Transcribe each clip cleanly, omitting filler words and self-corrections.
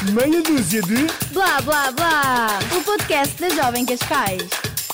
Meia dúzia de... Blá Blá Blá, o podcast da Jovem Cascais.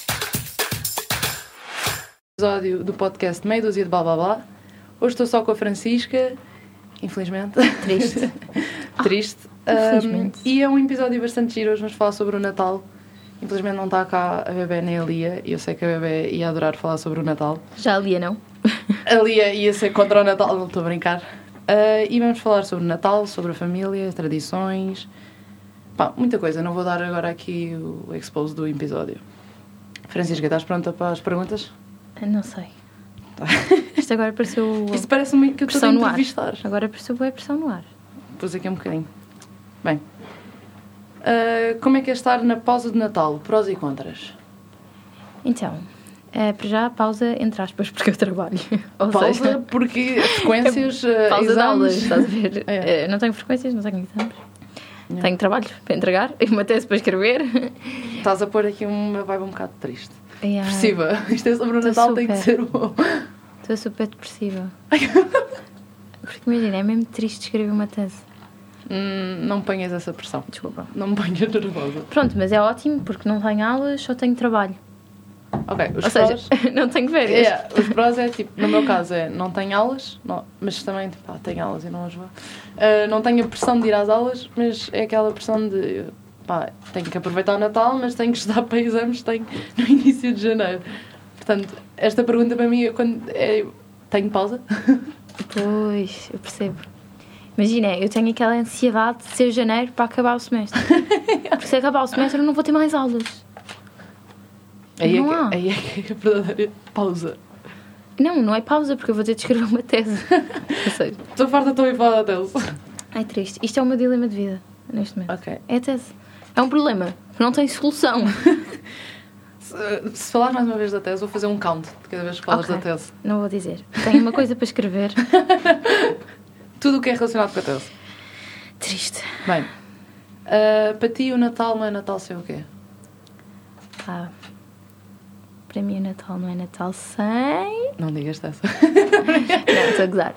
Episódio do podcast Meia Dúzia de Blá Blá Blá. Hoje estou só com a Francisca, infelizmente. Triste. Triste. Infelizmente. E é um episódio bastante giro. Hoje vamos falar sobre o Natal. Infelizmente não está cá a Bebé nem a Lia. E eu sei que a Bebé ia adorar falar sobre o Natal. Já a Lia não? A Lia ia ser contra o Natal, não estou a brincar. E vamos falar sobre o Natal, sobre a família, tradições. Pá, muita coisa. Não vou dar agora aqui o expose do episódio. Francisca, estás pronta para as perguntas? Não sei. Isto agora pareceu... Isto parece-me que eu estou a entrevistar. Agora pareceu boa pressão no ar. Pus aqui um bocadinho. Bem. Como é que é estar na pausa de Natal? Prós e contras. Então, para já, pausa entre aspas, porque eu trabalho. Ou Pausa seja, porque frequências, pausa de aulas, exames... estás a ver? É. Não tenho frequências, não tenho exames. Yeah. Tenho trabalho para entregar e uma tese para escrever. Estás a pôr aqui uma vibe um bocado triste. Yeah. Depressiva. Isto é sobre o Tô Natal, tem que super. ser bom. Estou super depressiva. Porque imagina, é mesmo triste escrever uma tese. Não ponhas essa pressão. Desculpa. Não me ponhas nervosa. Pronto, mas é ótimo porque não tenho aulas, só tenho trabalho. Ok, os Ou prós... seja, não tenho férias. Yeah, os prós é tipo, no meu caso é não tenho aulas, não, mas também tipo, tenho aulas e não as vou. Não tenho a pressão de ir às aulas, mas é aquela pressão de tenho que aproveitar o Natal, mas tenho que estudar para exames, tenho no início de janeiro. Portanto, esta pergunta para mim é quando tenho pausa? Pois, eu percebo. Imagina, eu tenho aquela ansiedade de ser janeiro para acabar o semestre. Porque se acabar o semestre eu não vou ter mais aulas. Aí Não há. é que a verdadeira pausa. Não é pausa porque eu vou ter de escrever uma tese. Ou seja, Estou farta, estou a ir falar da tese. é triste. Isto é o meu dilema de vida, neste momento. Ok. É a tese. É um problema que não tem solução. Se falar mais uma vez da tese, vou fazer um count de cada vez que falas Ok. da tese. Não vou dizer. Tenho uma coisa para escrever. Tudo o que é relacionado com a tese. Triste. Bem, para ti o Natal não é Natal sem o quê? Pá, para mim o Natal não é Natal sem... Não digas essa. Não, estou a gozar.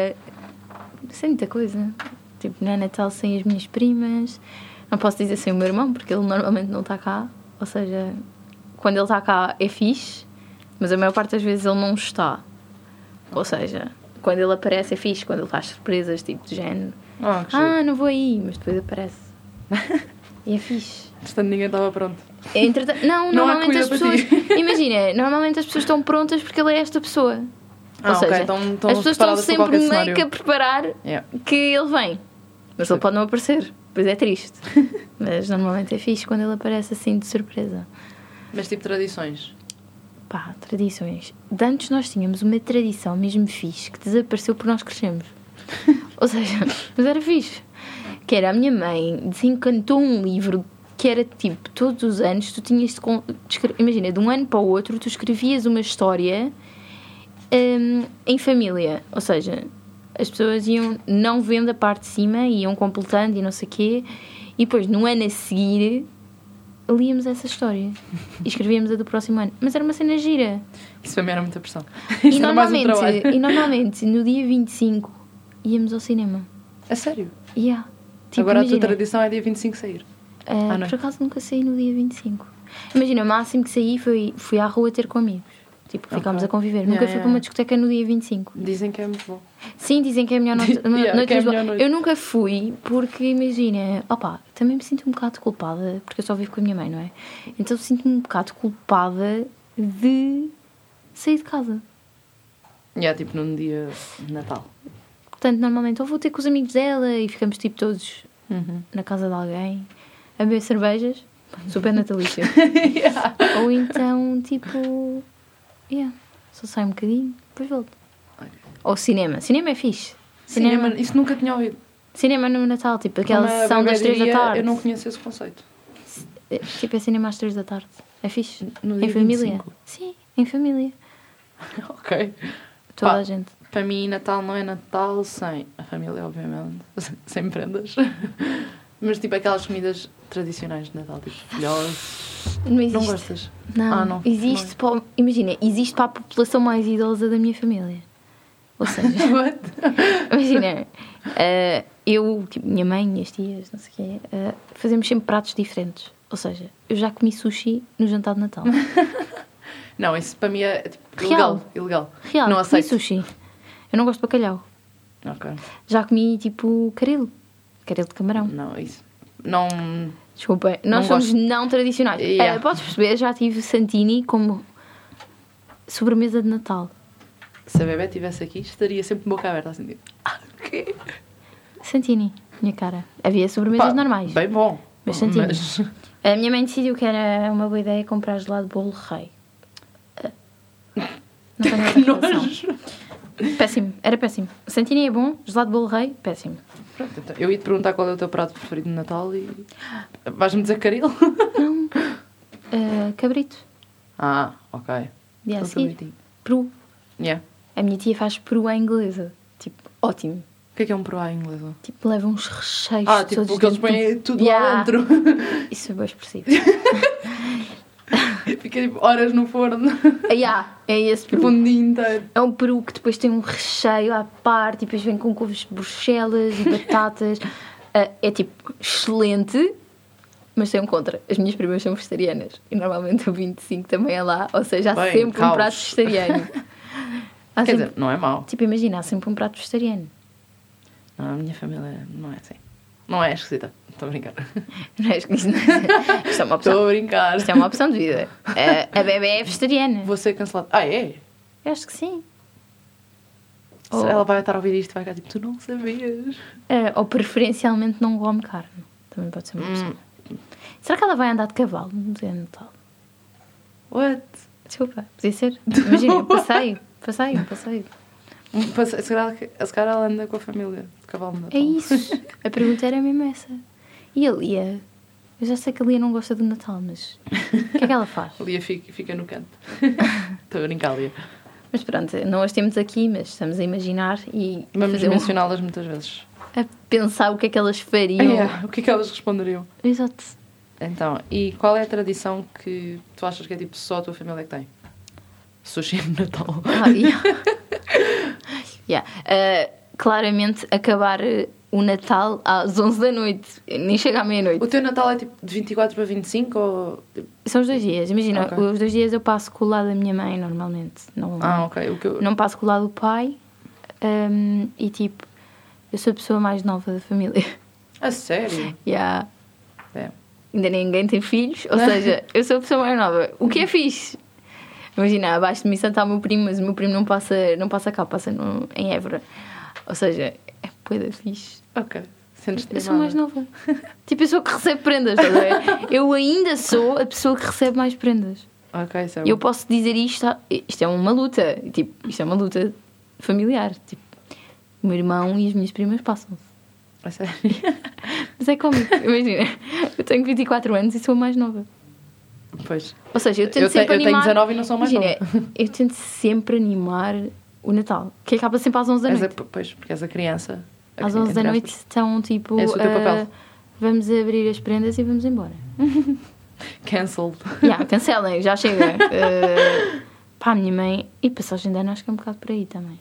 Sem muita coisa. Tipo, não é Natal sem as minhas primas. Não posso dizer sem o meu irmão, porque ele normalmente não está cá. Ou seja, quando ele está cá é fixe, mas a maior parte das vezes ele não está. Ou seja, quando ele aparece é fixe, quando ele faz surpresas, tipo, de género. Que giro. Não vou aí, mas depois aparece. E é fixe. Portanto, ninguém estava pronto. Entretanto, não, Não há normalmente as comida pessoas... para ti. Imagina, normalmente as pessoas estão prontas porque ele é esta pessoa. Ou seja, ok, então as pessoas estão preparadas para sempre qualquer meio cenário. que a preparar Yeah. que ele vem. Mas Sim. ele pode não aparecer. Pois é triste. Mas normalmente é fixe quando ele aparece assim de surpresa. Mas tipo tradições. Pá, tradições. De antes nós tínhamos uma tradição mesmo fixe que desapareceu porque nós crescemos. Ou seja, mas era fixe. Que era a minha mãe desencantou um livro que era tipo, todos os anos tu tinhas de imagina, de um ano para o outro tu escrevias uma história em família. Ou seja, as pessoas iam não vendo a parte de cima, iam completando e não sei o quê, e depois no ano a seguir líamos essa história e escrevíamos a do próximo ano. Mas era uma cena gira. Isso para mim era muita pressão. E Isso era mais um trabalho. normalmente no dia 25 íamos ao cinema. A sério? Yeah. Tipo, Agora a tua imagina, tradição é dia 25 sair. não é? por acaso nunca saí no dia 25. Imagina, o máximo que saí fui à rua ter com amigos. Tipo, ficámos Ok. a conviver. Yeah, Nunca fui yeah. para uma discoteca no dia 25. Dizem que é muito bom. Sim, dizem que é a melhor noite, Yeah, noite que é a de Lisboa. melhor noite. Eu nunca fui porque, imagina, também me sinto um bocado culpada, porque eu só vivo com a minha mãe, não é? Então sinto-me um bocado culpada de sair de casa. Tipo num dia de Natal. Portanto, normalmente ou vou ter com os amigos dela e ficamos tipo todos na casa de alguém a beber cervejas, super natalícia. Yeah. Ou então, tipo, só sai um bocadinho, depois volto. Ok. Ou cinema. Cinema é fixe. Cinema, isso nunca tinha ouvido. Cinema no Natal, tipo, aquela Como a sessão Bebé das 3 da diria, tarde. Eu não conheço esse conceito. Tipo, é cinema às 3 da tarde. É fixe. No Em dia família. 25. Sim, em família. Ok. Toda Pá. a gente. Para mim, Natal não é Natal sem a família, obviamente. Sem prendas. Mas tipo aquelas comidas tradicionais de Natal, tipo filhós. Não existe. Não gostas? Não, Não. existe para, imagina, existe para a população mais idosa da minha família. Ou seja, What? imagina, eu, tipo, minha mãe, minhas tias, não sei o quê, fazemos sempre pratos diferentes. Ou seja, eu já comi sushi no jantar de Natal. Não, isso para mim é tipo, Real. ilegal. Real, Não comi aceito. sushi. Eu não gosto de bacalhau. Ok. Já comi, tipo, caril. Caril de camarão. Não, isso. Não. Desculpem, nós Não somos não tradicionais. Yeah. Podes perceber, já tive Santini como sobremesa de Natal. Se a bebê estivesse aqui, estaria sempre de boca aberta assim. Tipo, o quê? Santini, minha cara. Havia sobremesas Pá, normais. Bem bom. Mas Santini. Mas... A minha mãe decidiu que era uma boa ideia comprar gelado de bolo rei. Não tenho outra relação. Nojo. Péssimo, era péssimo. Santini é bom, gelado de bolo rei, péssimo. Pronto, então, eu ia te perguntar qual é o teu prato preferido de Natal e. Vais-me dizer caril? Não. Cabrito. Ah, ok. Dia a Então, seguir. cabritinho. Peru. Yeah. A minha tia faz peru à inglesa. Tipo, ótimo. O que é um peru à inglesa? Tipo, leva uns recheios Tipo, todos porque eles dentro. põem tudo Yeah. lá dentro. Isso é bem expressivo. Fica tipo horas no forno. É esse Tipo peru. um dia inteiro. É um peru que depois tem um recheio à parte e depois vem com couves de bruxelas e batatas. É tipo excelente, mas tem um contra. As minhas primas são vegetarianas e normalmente o 25 também é lá, ou seja, há Bem, sempre um caos. prato vegetariano. Há Quer sempre- dizer, não é mau. Tipo, imagina, há sempre um prato vegetariano. Não, a minha família não é assim. Não é esquisita. Estou a brincar. Não é isto, isto é uma opção. Estou a brincar. Isto é uma opção de vida. A bebê é vegetariana. Vou ser cancelado. Ah, é? Eu acho que sim. Se ela vai estar a ouvir isto, vai ficar tipo, tu não sabias. Ou preferencialmente não come carne. Também pode ser uma opção. Será que ela vai andar de cavalo no dia de Natal? What? Desculpa, podia ser. Imagina, passeio. Se calhar ela anda com a família de cavalo de Natal. É isso. A pergunta era mesmo essa. E a Lia? Eu já sei que a Lia não gosta do Natal, mas o que é que ela faz? A Lia fica no canto. Estou a brincar, Lia. Mas pronto, não as temos aqui, mas estamos a imaginar e Vamos fazer mencioná-las muitas vezes. a pensar o que é que elas fariam. O que é que elas responderiam? Exato. Então, e qual é a tradição que tu achas que é tipo só a tua família que tem? Sushi no Natal. Claramente acabar o Natal às 11 da noite. Nem chega à meia-noite. O teu Natal é tipo de 24 para 25 ou... São os 2 dias. Imagina, Ok. os 2 dias eu passo com o lado da minha mãe normalmente. Não, ok. O que eu... não passo com o lado do pai. E tipo, eu sou a pessoa mais nova da família. A sério? Yeah. É. Ainda ninguém tem filhos, ou seja, eu sou a pessoa mais nova. O que é fixe? Imagina, abaixo de mim está o meu primo, mas o meu primo não passa cá, passa em Évora. Ou seja, é coisa fixe. Ok. Sentes-te Eu sou mais mimada. nova. Tipo, eu sou a que recebe prendas, estás a ver? Eu ainda sou a pessoa que recebe mais prendas. Ok, isso é E eu bom. posso dizer isto é uma luta. Tipo, isto é uma luta familiar. Tipo, o meu irmão e as minhas primas passam-se. A sério? Mas é cómico. Imagina, eu tenho 24 anos e sou a mais nova. Pois. Ou seja, eu tento Eu sempre tenho animar... 19 e não sou mais Imagina, nova. eu tento sempre animar o Natal, que acaba sempre às 11 da noite. Pois, porque és a criança. Às 11 da entre noite aspas. estão tipo... Esse é o teu papel. Vamos abrir as prendas e vamos embora. Cancelled. Cancelem, já chega. Pá, a minha mãe... E passagem de ano acho que é um bocado por aí também.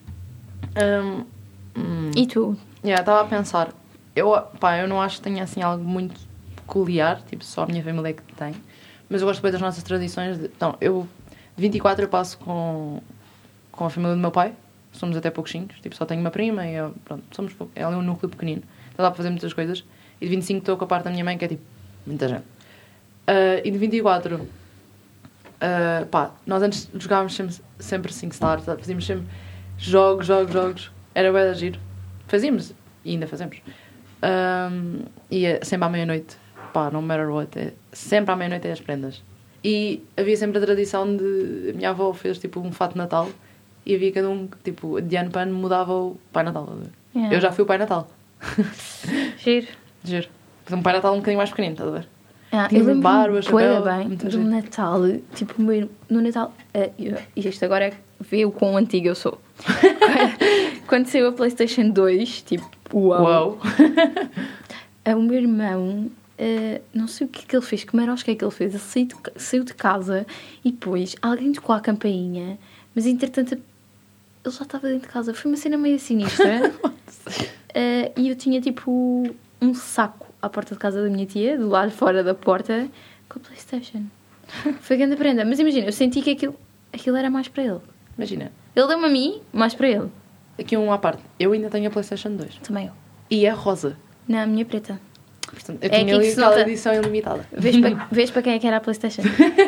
E tu? Estava a pensar. Eu não acho que tenha assim algo muito peculiar, tipo, só a minha família é que tem. Mas eu gosto bem das nossas tradições. Então, de 24 eu passo com a família do meu pai. Somos até pouquinhos. Tipo, só tenho uma prima e pronto, somos pouco. É ali um núcleo pequenino. Então dá para fazer muitas coisas. E de 25 estou com a parte da minha mãe, que é tipo, muita gente. E de 24, nós antes jogávamos sempre 5 stars. Fazíamos sempre jogos. Era bué de giro. Fazíamos e ainda fazemos. E sempre à meia-noite. No matter what. Sempre à meia-noite é as prendas. E havia sempre a tradição de... A minha avó fez tipo um fato de Natal e havia cada um, tipo, de ano para ano mudava o Pai Natal. Yeah. Eu já fui o Pai Natal. Giro. Giro. Mas um Pai Natal um bocadinho mais pequenino, estás a ver? Eu Tinha lembro barba, chapéu, bem muita do gente. Natal. Tipo, no Natal... e isto agora é ver o quão antiga eu sou. Quando saiu a PlayStation 2, tipo, uau. O meu irmão... não sei o que é que ele fez, que marosca é que ele fez. Ele saiu de casa e depois alguém tocou a campainha, mas entretanto ele já estava dentro de casa. Foi uma cena meio sinistra. e eu tinha tipo um saco à porta de casa da minha tia, do lado fora da porta, com a PlayStation. Foi grande prenda. Mas imagina, eu senti que aquilo era mais para ele. Imagina. Ele deu-me a mim, mais para ele. Aqui um à parte. Eu ainda tenho a PlayStation 2. Também eu. E é rosa. Não, a minha preta. Portanto, eu É tinha aqui ali que se aquela nota. edição ilimitada. Vês para quem é que era a PlayStation?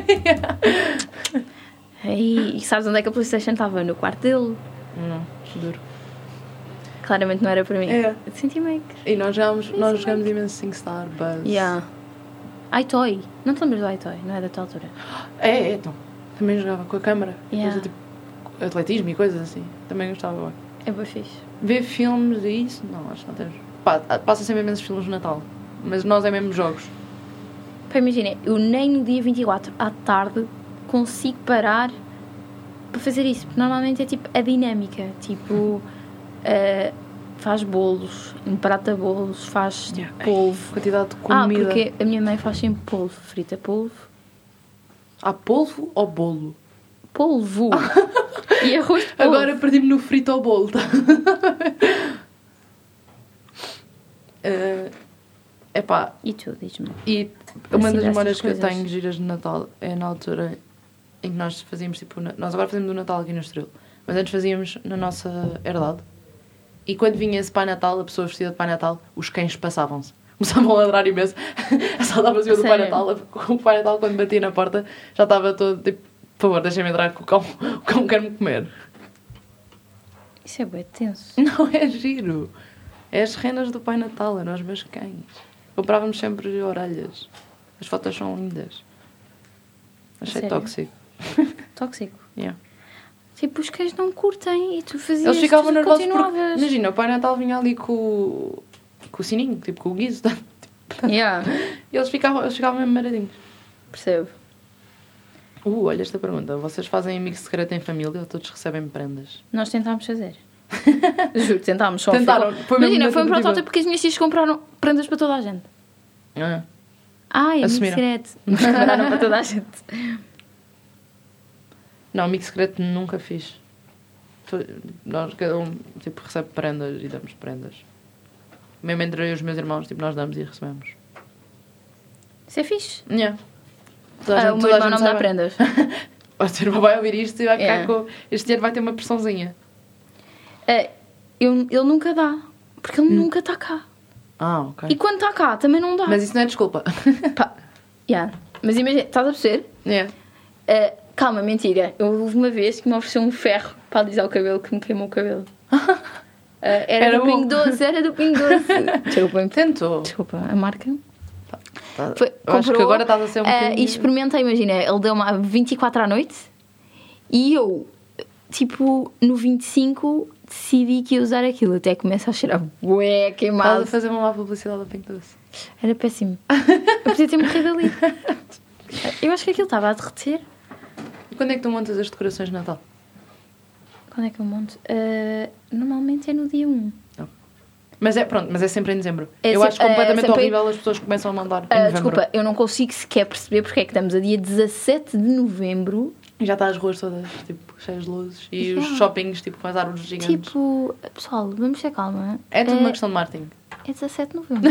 E sabes onde é que a PlayStation estava? No quarto dele. Não, duro. Claramente não era para mim. É. Senti meio que... E nós jogámos imenso SingStar, Buzz. Yeah. iToy. Não te lembras do iToy? Não é da tua altura? É, então. Também jogava com a câmara. Yeah. Coisa tipo atletismo e coisas assim. Também gostava. É bem fixe. Ver filmes e isso? Não, acho que não temos. Pá, passa sempre imensos filmes no Natal. Mas nós é mesmo jogos. Pá, imagina, eu nem no dia 24 à tarde consigo parar para fazer isso. Porque normalmente é tipo a dinâmica. Tipo, faz bolos, emprata bolos, faz tipo, polvo. Quantidade de comida. Porque a minha mãe faz sempre polvo. Frita polvo. Há polvo ou bolo? Polvo! E arroz de polvo. Agora perdi-me no frito ao bolo, tá? Epá, E tu, diz-me. e uma Assim, das memórias dessas que eu coisas. tenho giras de Natal é na altura em que nós fazíamos tipo. Nós agora fazemos o Natal aqui no Estoril, mas antes fazíamos na nossa herdade. E quando vinha esse Pai Natal, a pessoa vestida de Pai Natal, os cães passavam-se. Começavam a ladrar imenso. A sala estava vazia do Pai Sério? Natal. O Pai Natal, quando batia na porta, já estava todo tipo: por favor, deixem-me entrar, que o cão quer-me comer. Isso é bem tenso. Não é giro. É as renas do Pai Natal, eram os meus cães. Comprávamos sempre orelhas. As fotos são lindas. Achei Sério? tóxico. Tóxico. Yeah. Tipo, os cães não curtem e tu fazias. Eles ficavam tu nervosos porque, continuavas. imagina, o Pai Natal vinha ali com o sininho, tipo com o guizo. Yeah, E eles ficavam mesmo maradinhos. percebo. Olha esta pergunta. Vocês fazem amigo secreto em família ou todos recebem prendas? Nós tentámos fazer. Juro, tentámos. Só Tentaram. Foi mesmo Imagina, na foi um tentativa. protótipo porque as minhas tias compraram prendas para toda a gente. Ah. Ai, amigo Assumiram. secreto. Compraram para toda a gente. Não, amigo secreto nunca fiz. Nós, cada um, tipo, recebe prendas e damos prendas. Mesmo entre eu e os meus irmãos, tipo, nós damos e recebemos. Isso é fixe. Yeah. O meu irmão não me dá prendas. O teu irmão vai ouvir isto e vai ficar Yeah. com... Este dinheiro vai ter uma pressãozinha. Ele nunca dá. Porque ele nunca está cá. Ah, ok. E quando está cá, também não dá. Mas isso não é desculpa. Pá, yeah. Mas imagina, estás a perceber? Yeah. Calma, mentira. Eu houve uma vez que me ofereceu um ferro para alisar o cabelo, que me queimou o cabelo. Era Era do bom. Pingo Doce, era do Pingo Doce. Tentou. Desculpa, a marca. Tá. Foi, Eu acho que comprou, agora estás a ser um bocadinho... e experimentei, imagina, ele deu-me a 24 à noite e eu, tipo, no 25 decidi que ia usar aquilo. Até começa a cheirar bué Estás queimado. a fazer uma má publicidade ao Pink Doce. Era péssimo. Eu podia ter morrido ali. Eu acho que aquilo estava a derreter. E quando é que tu montas as decorações de Natal? Quando é que eu monto? Normalmente é no dia 1. Mas é sempre em dezembro. É eu se- acho completamente sempre- horrível as pessoas começam a mandar em novembro. Desculpa, eu não consigo sequer perceber porque é que estamos a dia 17 de novembro. E já está as ruas todas, tipo, cheias de luzes. E Yeah. os shoppings, tipo, com as árvores gigantes. Tipo, pessoal, vamos ter calma. É tudo uma questão de marketing. É 17 de novembro.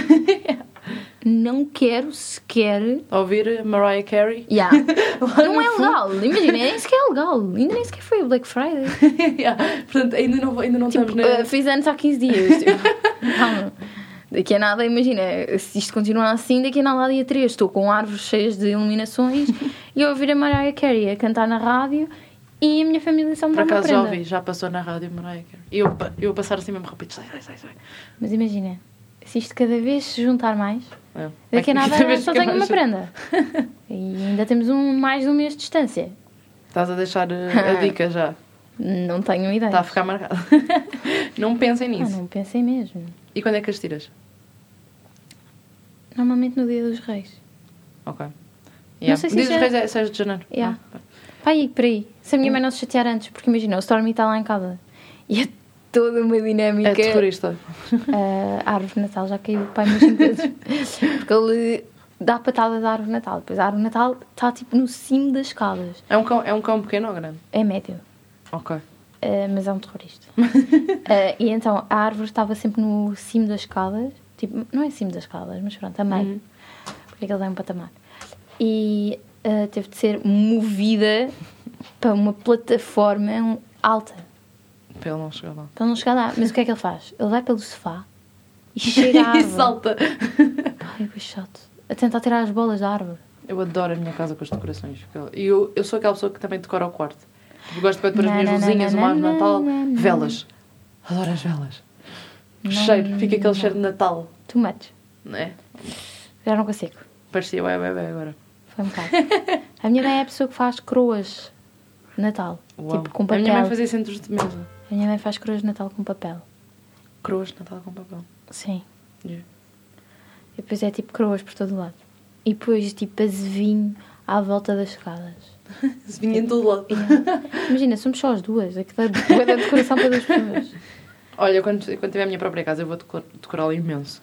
Não quero sequer. Ouvir Mariah Carey. Yeah. Lá Não no é fundo. legal. Imagina, nem sequer é legal. Ainda nem sequer foi o Black Friday. Yeah. Portanto, ainda não Tipo, estamos na... fiz anos há 15 dias. Tipo, calma. Daqui a nada, imagina, se isto continuar assim, daqui a nada, dia 3, estou com árvores cheias de iluminações e eu ouvir a Mariah Carey a cantar na rádio e a minha família só me Por dá uma acaso já prenda. ouvi, já passou na rádio Mariah Carey. E eu a passar assim mesmo rápido. Sai. Mas imagina, se isto cada vez se juntar mais, É. daqui a nada Cada vez só fica tenho uma mais- prenda. E ainda temos mais de um mês de distância. Estás a deixar a dica já. Não tenho ideia. Está a ficar marcado. Não pensem nisso. Não pensei mesmo. E quando é que as tiras? Normalmente no dia dos reis. Ok. Não sei se Diz isso os é- reis é 6 de janeiro. Yeah. Ah, Pá, e por aí. Se a minha mãe não se chatear antes, porque imagina, o Stormy está lá em casa e é toda uma dinâmica. é terrorista. A árvore de Natal já caiu, pai, umas 5 vezes. Porque ele dá patadas à árvore de Natal. Depois a árvore de Natal está tipo no cimo das escadas. É um cão pequeno ou grande? É médio. Ok. mas é um terrorista. E então a árvore estava sempre no cimo das escadas, tipo, não é cimo das escadas, mas pronto, a meio, porque aquilo é um patamar. E teve de ser movida para uma plataforma alta. Para ele não chegar lá. Para ele não chegar lá. Mas o que é que ele faz? Ele vai pelo sofá e chega à árvore. E salta. Ai, que chato. A tentar tirar as bolas da árvore. Eu adoro a minha casa com as decorações. E eu sou aquela pessoa que também decora o quarto. Tipo, gosto de pôr as minhas luzinhas, uma árvore de Natal. Velas. Adoro as velas. O cheiro. Fica aquele cheiro de Natal. Too much. Não é? Já não consigo. Parecia o bebê agora. Foi um bocado. A minha mãe é a pessoa que faz coroas de Natal. Uau. Tipo, com papel. A minha mãe fazia centros de mesa. A minha mãe faz coroas de Natal com papel. Coroas de Natal com papel. Sim. Yeah. E depois é tipo coroas por todo lado. E depois tipo azevinho à volta das escadas. Se vinha em todo lado. Imagina, somos só as duas. Aquilo é da decoração para duas pessoas. Olha, quando tiver a minha própria casa, eu vou decorá-la imenso.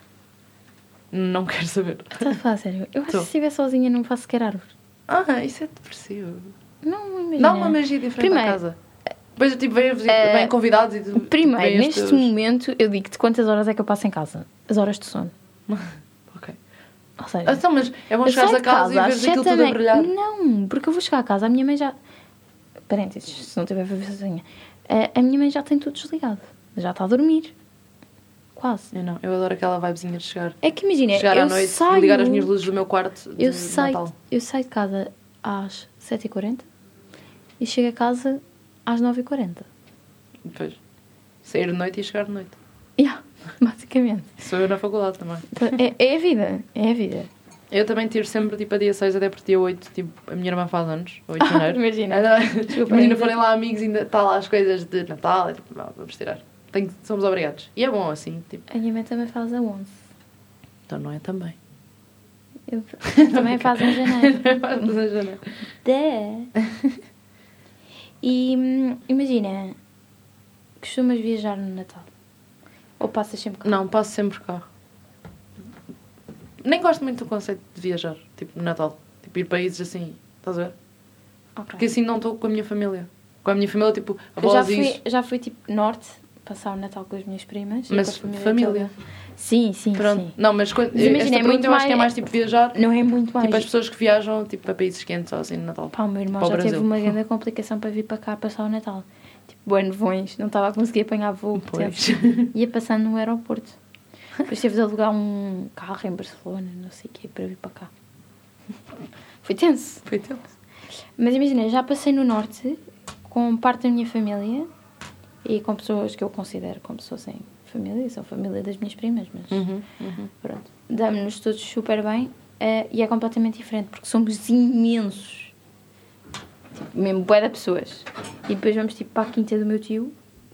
Não quero saber. Estás a falar sério? Eu acho que se estiver sozinha não faço sequer árvore. Ah, isso é depressivo. Não, imagina. Dá uma magia diferente à casa. Depois, tipo, vêm convidados e... Primeiro, neste momento, eu digo-te quantas horas é que eu passo em casa. As horas de sono. Ok. Ou seja... Então, mas é bom chegares a casa e veres aquilo tudo a brilhar. Não, porque eu vou chegar a casa, a minha mãe já... Parênteses, se não tiver a viver sozinha. A minha mãe já tem tudo desligado. Já está a dormir. Quase. Eu não, eu adoro aquela vibezinha de chegar. É que imagina, chegar à noite e ligar as minhas luzes do meu quarto de Natal. Eu saio de casa às 7h40 e chego a casa às 9h40. Depois, sair de noite e chegar de noite. Yeah, basicamente. Sou eu na faculdade também. É a vida, é a vida. Eu também tiro sempre tipo a dia 6 até porque dia 8, tipo, a minha irmã faz anos, 8 de janeiro. Imagina. Imagina forem lá amigos e ainda está lá as coisas de Natal, é tipo, vamos tirar. Somos obrigados. E é bom assim, tipo. A minha mãe também faz a 11. Então não é também. Eu também faz em janeiro. Faz em janeiro. E imagina, costumas viajar no Natal? Ou passas sempre carro? Não, passo sempre carro. Nem gosto muito do conceito de viajar, tipo, no Natal. Tipo, ir países assim, estás a ver? Okay. Porque assim não estou com a minha família. Com a minha família, tipo, eu avós já fui tipo, norte, passar o Natal com as minhas primas. Mas com a família. Sim, sim, pronto. sim. Não, mas imagina, esta pergunta eu acho que é mais tipo viajar. Não é muito mais. Tipo, as pessoas que viajam tipo, para países quentes ou assim no Natal. Pá, o meu irmão para já o Brasil. teve uma grande complicação para vir para cá passar o Natal. Tipo, bué nevões, não estava a conseguir apanhar voo. Pois. Ia passando no aeroporto. Depois teve de alugar um carro em Barcelona, não sei o quê, para vir para cá. Foi tenso. Foi tenso. Mas imagina, já passei no norte com parte da minha família e com pessoas que eu considero como se fossem família, são família das minhas primas, mas pronto. Damos-nos todos super bem e é completamente diferente, porque somos imensos. Tipo, mesmo bué de pessoas. E depois vamos tipo para a quinta do meu tio,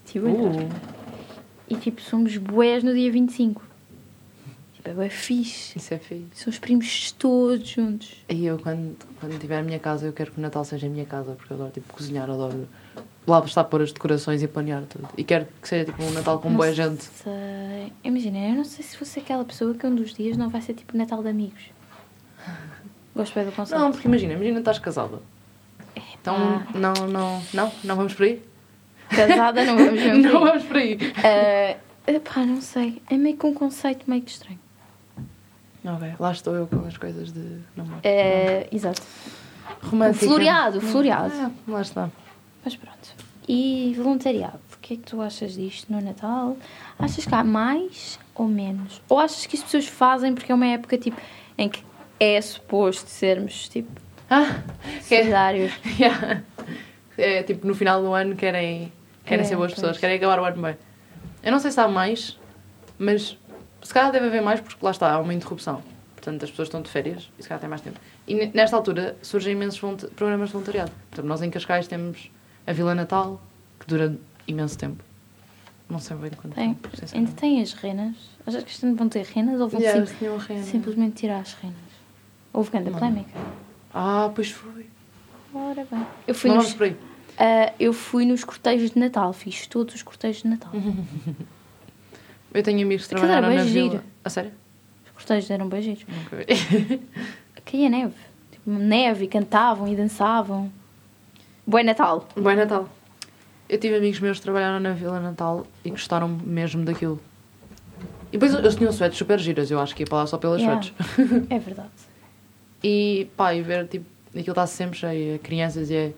e tipo somos bués no dia 25. Tipo, é bué fixe. Isso é fixe. São os primos todos juntos. E eu, quando tiver a minha casa, eu quero que o Natal seja a minha casa, porque eu adoro tipo, cozinhar, adoro lá estar a pôr as decorações e planear tudo. E quero que seja tipo um Natal com boa gente. Sei. Imagina, eu não sei se fosse aquela pessoa que um dos dias não vai ser tipo Natal de amigos. Gosto bem do conceito. Não, porque imagina estás casada. Então, não vamos por aí? Casada não vamos mesmo. Não vamos por aí. Pá, não sei. É meio que um conceito meio que estranho. Ok, lá estou eu com as coisas de namoro. Exato. Romântica. Floreado. Lá está. Mas pronto. E voluntariado? O que é que tu achas disto no Natal? Achas que há mais ou menos? Ou achas que as pessoas fazem porque é uma época tipo, em que é suposto sermos tipo solidários? Yeah. É tipo, no final do ano querem ser boas pessoas, querem acabar o ano bem. Eu não sei se há mais, mas se calhar deve haver mais porque lá está, há uma interrupção. Portanto, as pessoas estão de férias e se calhar têm mais tempo. E nesta altura surgem imensos programas de voluntariado. Portanto, nós em Cascais temos a Vila Natal, que dura imenso tempo. Não sei bem quanto tempo. Ainda tem as renas. Achas que este ano vão ter renas ou vão simplesmente tirar as renas? Houve grande polémica. Pois foi. Ora bem. Eu fui nos cortejos de Natal. Fiz todos os cortejos de Natal. Eu tenho amigos que trabalharam na Vila. Giro. A sério? Os cortejos eram bem giros. Nunca vi. Caía neve. Tipo, neve, e cantavam e dançavam. Bom Natal. Bom Natal. Eu tive amigos meus que trabalharam na Vila Natal e gostaram mesmo daquilo. E depois eles tinham sweats super giras, eu acho que ia para lá só pelas sweats. É verdade. E pá, e ver, tipo, aquilo está sempre cheio, é crianças e é,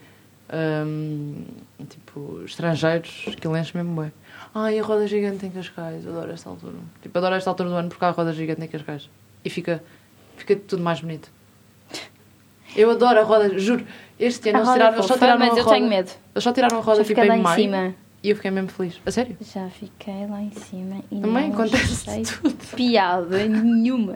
tipo, estrangeiros, aquilo enche mesmo bem. Ai, a roda gigante em Cascais, adoro esta altura. Tipo, adoro esta altura do ano porque há a roda gigante em Cascais. E fica tudo mais bonito. Eu adoro a roda, juro. Este ano eles só tiraram mas a roda. eu tenho medo. Eles só tiraram a roda Já tipo fiquei lá em em maio. cima. E eu fiquei mesmo feliz. A sério? Já fiquei lá em cima e Também não acontece achei tudo. piada nenhuma.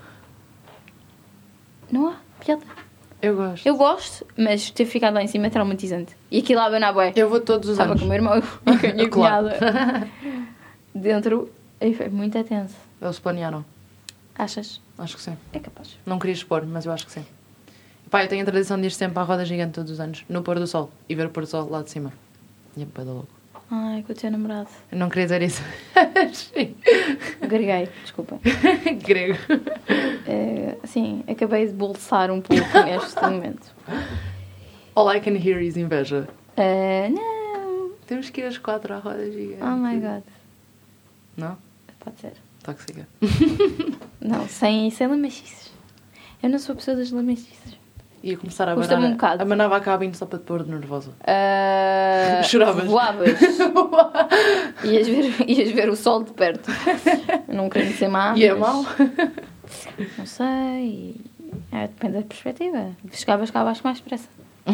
Não há piada. Eu gosto. Eu gosto, mas ter ficado lá em cima é traumatizante. E aquilo lá na bué. Eu vou todos os Estava anos. com o meu irmão e com a minha Claro. cunhada. Dentro. E foi muito tenso. Eles planearam. Achas? Acho que sim. É capaz. Não queria expor, mas eu acho que sim. Pá, eu tenho a tradição de ir sempre à roda gigante todos os anos, no pôr do sol. E ver o pôr do sol lá de cima. E é pé da louco. Ai, com o teu namorado. Eu não queria dizer isso. Sim. Greguei, desculpa. Grego. Sim, acabei de bolsar um pouco neste momento. All I can hear is inveja. Não. Temos que ir às 4 à roda gigante. Oh my god. Não? Pode ser. Tóxica. Não, sem lamachices. Eu não sou a pessoa das lamachices. Ia começar a Custa-me abanar, um bocado. abanava a cabine só para te pôr de nervosa. Choravas. Voavas. Ias ver o sol de perto. Eu não queria ser má. E é mas mau? Não sei. Depende da perspectiva. Chegavas cá abaixo com mais pressa.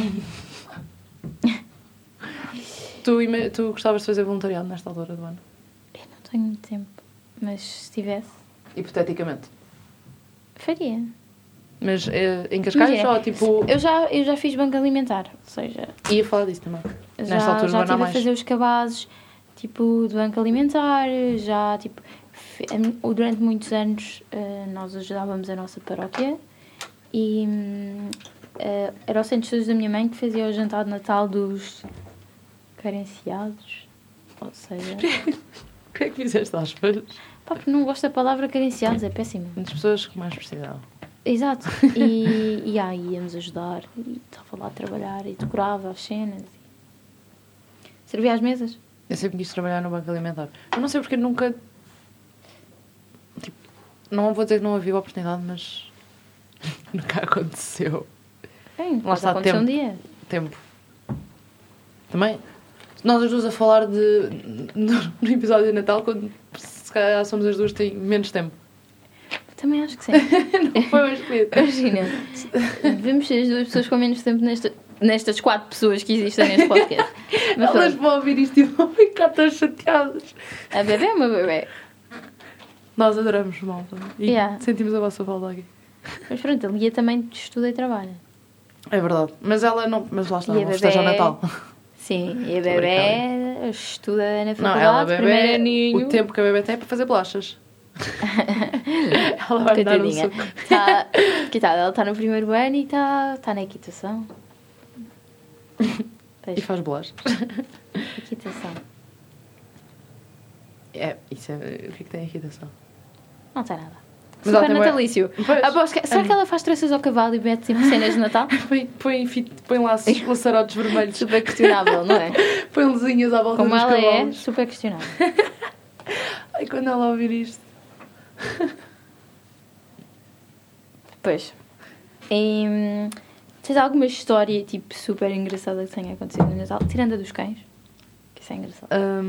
Tu gostavas de fazer voluntariado nesta altura do ano? Eu não tenho muito tempo. Mas se tivesse, Hipoteticamente. faria. Mas em Cascais Imagina, só tipo... Eu já fiz banco alimentar. Ou seja, Ia falar disso também. Nesta já altura não há estive a mais. fazer os cabazes tipo de banco alimentar. Já tipo durante muitos anos nós ajudávamos a nossa paróquia e era o centro de estudos da minha mãe que fazia o jantar de Natal dos carenciados. Ou seja, O que é que fizeste aspas? pá, porque não gosto da palavra carenciados, é péssima. As pessoas que mais precisavam. Exato. E aí íamos ajudar e estava lá a trabalhar e decorava as cenas. Servia às mesas. Eu sempre quis trabalhar no banco alimentar. Eu não sei porque nunca... Tipo, não vou dizer que não havia oportunidade, mas... nunca aconteceu. Bem, Lá pode está, acontecer um tempo. dia. Tempo. Também, nós as duas a falar no episódio de Natal, quando se calhar somos as duas que têm menos tempo. Também acho que sim. Não foi mais escolhido. Imagina, devemos ser as duas pessoas com menos tempo nestas 4 pessoas que existem neste podcast. Mas Elas pronto, vão ouvir isto e vão ficar tão chateadas. a bebê é uma bebê. Nós adoramos, malta. E Yeah. sentimos a vossa falta aqui. Mas pronto, a Lia também estuda e trabalha. É verdade. Mas ela não... Mas lá está, E a não festeja o bebé- Natal. Sim, e a Tô bebê estuda na Não, faculdade, ela primeiro bebê... aninho. O tempo que a bebê tem é para fazer bolachas. Ela vai dar um Coitadinha. suco. Coitada, ela está no primeiro ano e está na equitação. E faz bolachas. Equitação. Isso é... O que é que tem equitação? Não está nada. Mas ela Super tem bué- natalício. Pois. Será que ela faz tranças ao cavalo e mete sempre cenas de Natal? Põe laços, laçarotes vermelhos. Super questionável, não é? Põe luzinhas à volta Como dos ela é, cavalos. super questionável. Ai, quando ela ouvir isto. Pois. Tens alguma história, tipo, super engraçada que tenha acontecido no Natal? Tirando a dos cães. Que isso é engraçado.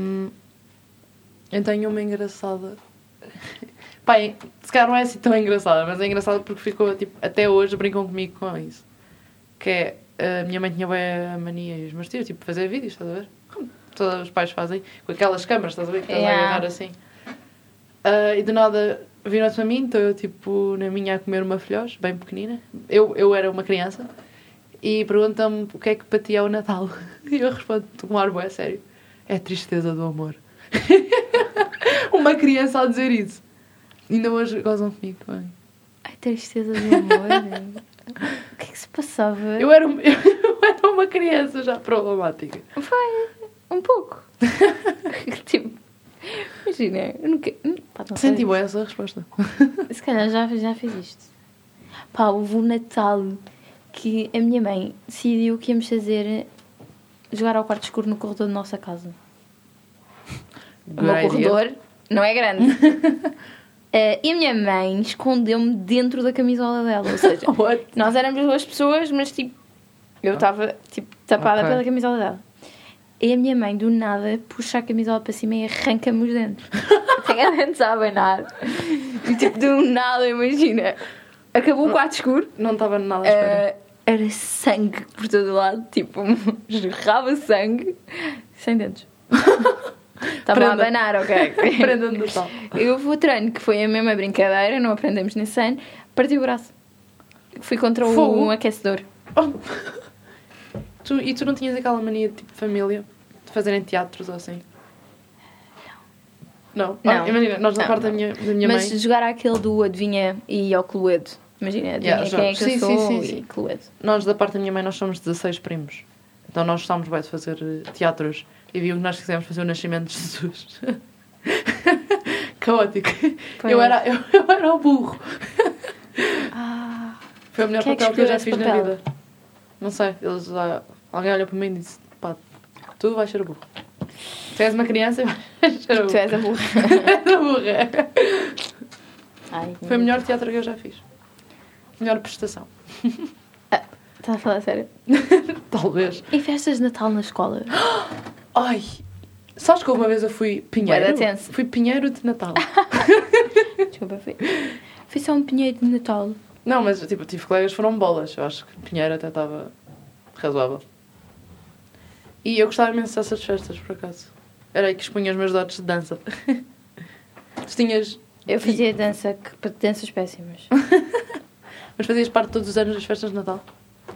Eu tenho uma engraçada. Pai, se calhar não é assim tão engraçada, mas é engraçada porque ficou, tipo, até hoje brincam comigo com isso. Que é, a minha mãe tinha bem a mania e os meus tios, tipo, fazer vídeos, estás a ver? Como todos os pais fazem, com aquelas câmaras, estás a ver? Que estás a agarrar assim. E do nada viram-se a mim, estou eu, tipo, na minha a comer uma filhós, bem pequenina. Eu era uma criança. E perguntam-me o que é que para ti é o Natal. E eu respondo, com um ar bué sério, é a tristeza do amor. Uma criança a dizer isso. Ainda hoje gozam comigo também. Ai, tristeza do amor. O que é que se passava? Eu era uma criança já problemática. Foi, um pouco. Tipo, imagina, eu nunca... Pá, não sei. Senti bem essa resposta. Se calhar já fiz isto. Pá, houve um Natal que a minha mãe decidiu que íamos fazer jogar ao quarto escuro no corredor da nossa casa. O Good meu idea. corredor não é grande. E a minha mãe escondeu-me dentro da camisola dela. Ou seja, What? nós éramos duas pessoas, mas tipo, eu estava tipo, tapada Ok. pela camisola dela. E a minha mãe, do nada, puxa a camisola para cima e arranca-me os dentes. Tenho a dentes a abanar. E tipo, do nada, imagina. Acabou o quarto escuro. Não estava nada à espera. Era sangue por todo lado. Tipo, jorrava sangue. Sem dentes. Estava a Prenda. abanar, ok? Prenda de Natal. Eu vou treino, que foi a mesma brincadeira, não aprendemos nesse ano. Parti o braço. Fui contra Fogo. um aquecedor. Oh. E tu não tinhas aquela mania tipo de família? De fazerem teatros ou assim? Não. Não. Oh, imagina, nós da Não, parte não. da minha Mas mãe, jogar aquele do adivinha e ao Cluedo. Imagina, adivinha Yeah, quem é que eu sim, sou sim, e sim. Cluedo. nós da parte da minha mãe, nós somos 16 primos. Então nós gostávamos bem de fazer teatros e viam que nós quisemos fazer o nascimento de Jesus. Caótico. Pois. Eu era o burro. Ah, Foi o melhor Quem é que papel que eu já escolheu fiz esse na papel? vida. Não sei, alguém olhou para mim e disse: pá, tu vais ser o burro. Tu és uma criança e vais ser o burro. tu és a burra. És a burra. Ai, Foi o melhor teatro que eu já fiz. Melhor prestação. Estás a falar a sério? Talvez. E festas de Natal na escola? Ai, sabes que uma vez eu fui pinheiro? Bué da tenso. Fui pinheiro de Natal. Desculpa, foi só um pinheiro de Natal. Não, mas tipo, tive colegas que foram bolas. Eu acho que pinheiro até estava razoável. E eu gostava imenso dessas festas, por acaso. Era aí que expunha os meus dotes de dança. Tu tinhas... Eu fazia danças péssimas. Mas fazias parte todos os anos das festas de Natal?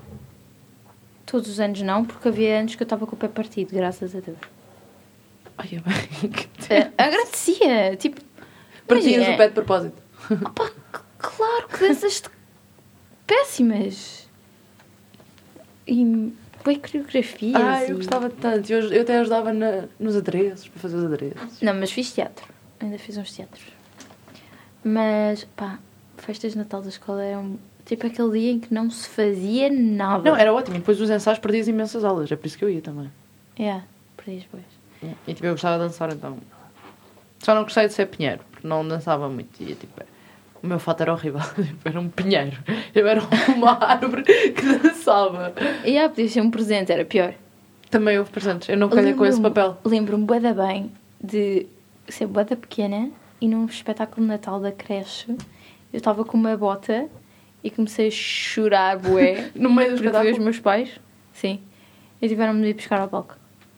Todos os anos não, porque havia anos que eu estava com o pé partido, graças a Deus. Ai, é bem... que Agradecia, tipo... Partias imagina, o pé de propósito. Opa, claro que danças péssimas. E bem coreografias. Ai, eu gostava tanto. Eu até ajudava nos adereços, para fazer os adereços. Não, mas fiz teatro. Ainda fiz uns teatros. Mas, pá, festas de Natal da escola eram tipo aquele dia em que não se fazia nada. Não, era ótimo. E depois dos ensaios perdias imensas aulas. É por isso que eu ia também. Perdi as boas. E tipo, eu gostava de dançar, então... Só não gostei de ser pinheiro, porque não dançava muito. E tipo, o meu fato era horrível. Tipo, era um pinheiro. Eu era uma árvore que dançava. Podia ser um presente, era pior. Também houve presentes. Eu não calhei com esse papel. Lembro-me bué da bem de ser bué da pequena e num espetáculo de Natal da creche eu estava com uma bota e comecei a chorar bué. No meio do Porque vi os espetáculo. meus pais, sim, e tiveram-me de ir buscar ao palco.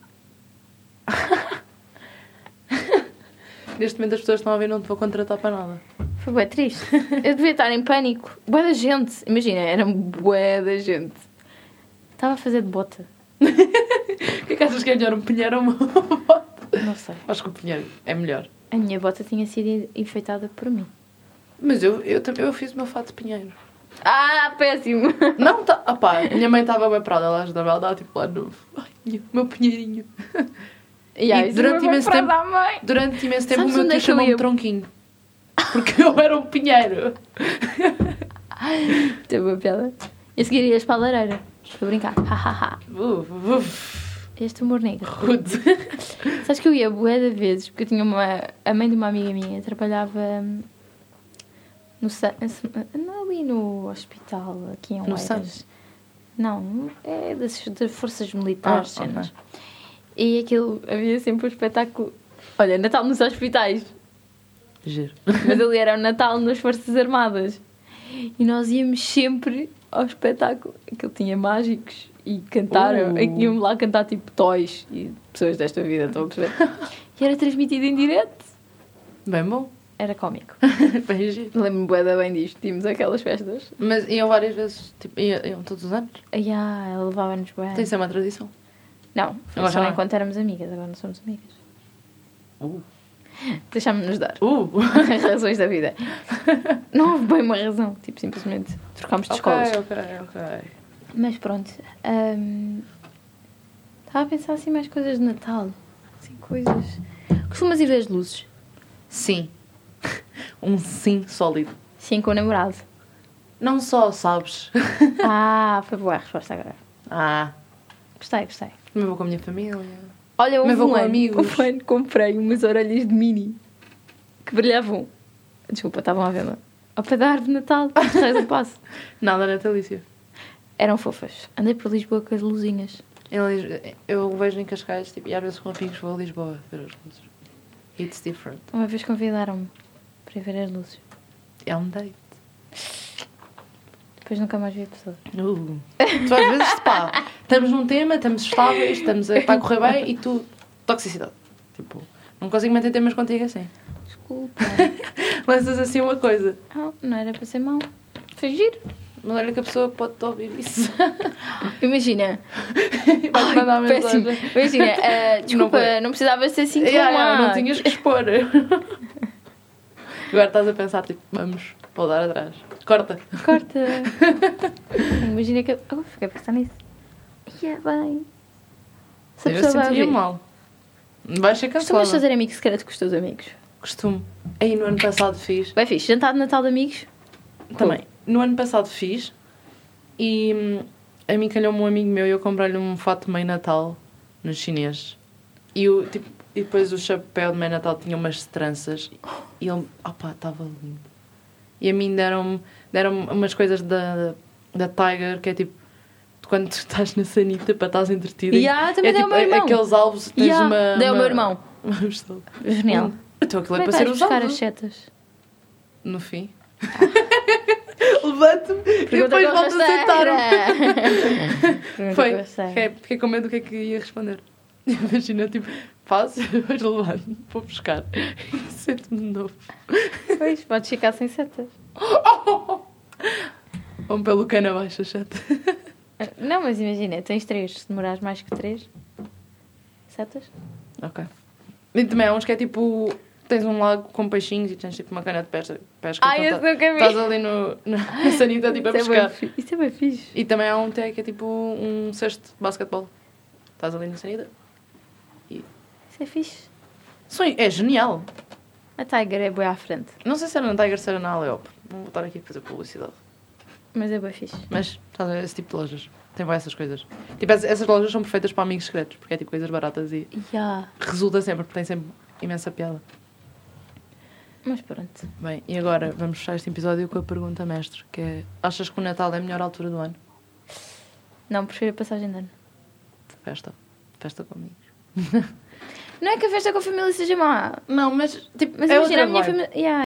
Neste momento as pessoas estão a ver, não te vou contratar para nada. Foi bué triste. Eu devia estar em pânico. Bué da gente. Imagina, era bué da gente. Estava a fazer de bota. O que é que achas que é melhor, um pinheiro ou uma bota? Não sei. Acho que o pinheiro é melhor. A minha bota tinha sido enfeitada por mim. Mas eu fiz o meu fato de pinheiro. Ah, péssimo! Não, tá... Opá, a minha mãe estava bem parada, ela ajudava, ela estava tipo lá no... Ai, meu pinheirinho. E durante imenso tempo... Durante imenso tempo o Sabes meu onde é tio que eu chamou-me ia? tronquinho. Porque eu era um pinheiro. Teve uma piada. Eu seguir ias para a lareira. Estou a brincar. Ha, ha, ha. Este humor negro. Rude. Sabes que eu ia bué de vezes, porque eu tinha a mãe de uma amiga minha trabalhava não ali no hospital, aqui em No Oeiras. Santos? Não, é das forças militares, Ah, ok. cenas. E aquilo, havia sempre um espetáculo. Olha, Natal nos hospitais. Giro. Mas ali era o Natal nas Forças Armadas. E nós íamos sempre ao espetáculo. Aquilo tinha mágicos e cantaram. E íamos lá cantar tipo toys e pessoas desta vida, estão a perceber? E era transmitido em direto. Bem bom. Era cómico. Bem giro. Lembro-me bué da bem disto. Tínhamos aquelas festas. Mas iam várias vezes, tipo, iam todos os anos? Ela levava-nos bué. Tem que ser uma tradição. Não, foi Agora só já não. enquanto éramos amigas. Agora não somos amigas. Deixámos-nos dar. As razões da vida. Não houve bem uma razão. Tipo, simplesmente trocámos de escolas. Ok. Mas pronto. Estava a pensar assim mais coisas de Natal. Assim, coisas... Costumas ir ver as luzes? Sim. Um sim sólido. Sim, com o namorado. Não só, sabes? Foi boa a resposta agora. Ah. Gostei. Também vou com a minha família. Olha, Também vou com houve amigos. um ano comprei umas orelhas de mini que brilhavam. Desculpa, estavam a ver-me. Ao pé da árvore de Natal, de Reis do Passo. Nada natalício. Eram fofas. Andei por Lisboa com as luzinhas. Eu vejo em Cascais, tipo, e às vezes com amigos vou a Lisboa ver as luzes. It's different. Uma vez convidaram-me para ir ver as luzes. É um date. Depois nunca mais vi a pessoa. Tu às vezes, pá, estamos num tema, estamos estáveis, está a correr bem e tu, toxicidade. Tipo, não consigo manter temas contigo assim. Desculpa. Lanças assim uma coisa. Não era para ser mau. Foi giro. Mas olha que a pessoa pode-te ouvir isso. Imagina. Vai-te mandar Péssimo. mensagem. Imagina, desculpa, não precisava ser assim tão má. Não tinhas que expor. Agora estás a pensar, tipo, vamos voltar atrás. Corta. Imagina que... fiquei a pensar nisso. Bem. Se a Eu pessoa vai sentia ouvir. mal. Vais ser Costumas cancelada. fazer amigo secreto com os teus amigos? Costumo. Aí no ano passado fiz. Bem fixe. Jantar de Natal de amigos? Também. No ano passado fiz. E a mim calhou-me um amigo meu e eu comprei-lhe um fato de meio Natal nos chineses. E depois o chapéu de meio Natal tinha umas tranças. E ele... estava lindo. E a mim deram-me umas coisas da Tiger, que é tipo... Quando tu estás na sanita para estás entretida. Também deu ao meu irmão. Aqueles alvos... Tens Deu ao meu irmão. Genial. Então aquilo é Como para ser vais buscar usado. as setas? No fim. Levanto-me e depois volto a sentar-me. Foi. Fiquei com medo do que é que ia responder. Imagina, tipo, faço, depois levanto, vou buscar e sento-me de novo. Pois, podes ficar sem setas. Vamos pelo cano abaixo, a chata. Não, mas imagina, tens 3. Se demorares mais que 3 setas? Ok. E também há uns que é tipo... Tens um lago com peixinhos e tens tipo uma cana de pesca. Esse nunca vi. Estás ali na sanita tipo a pescar. Isso é bem fixe. E também há um que é tipo um cesto de basquetebol. Estás ali na sanita. Isso é fixe. É genial. A Tiger é boa à frente. Não sei se era na Tiger, se era na Aleop. Não vou estar aqui a fazer publicidade. Mas é bem fixe. Mas, estás a ver, esse tipo de lojas. Tem bem essas coisas. Tipo, essas lojas são perfeitas para amigos secretos. Porque é tipo coisas baratas e resulta sempre, porque tem sempre imensa piada. Mas pronto. Bem, e agora vamos fechar este episódio com a pergunta mestre, que é... Achas que o Natal é a melhor altura do ano? Não, prefiro a passagem de ano. Festa com amigos. Não é que a festa com a família seja má. Não, mas tipo, Mas é imagina, outra a minha vibe. família...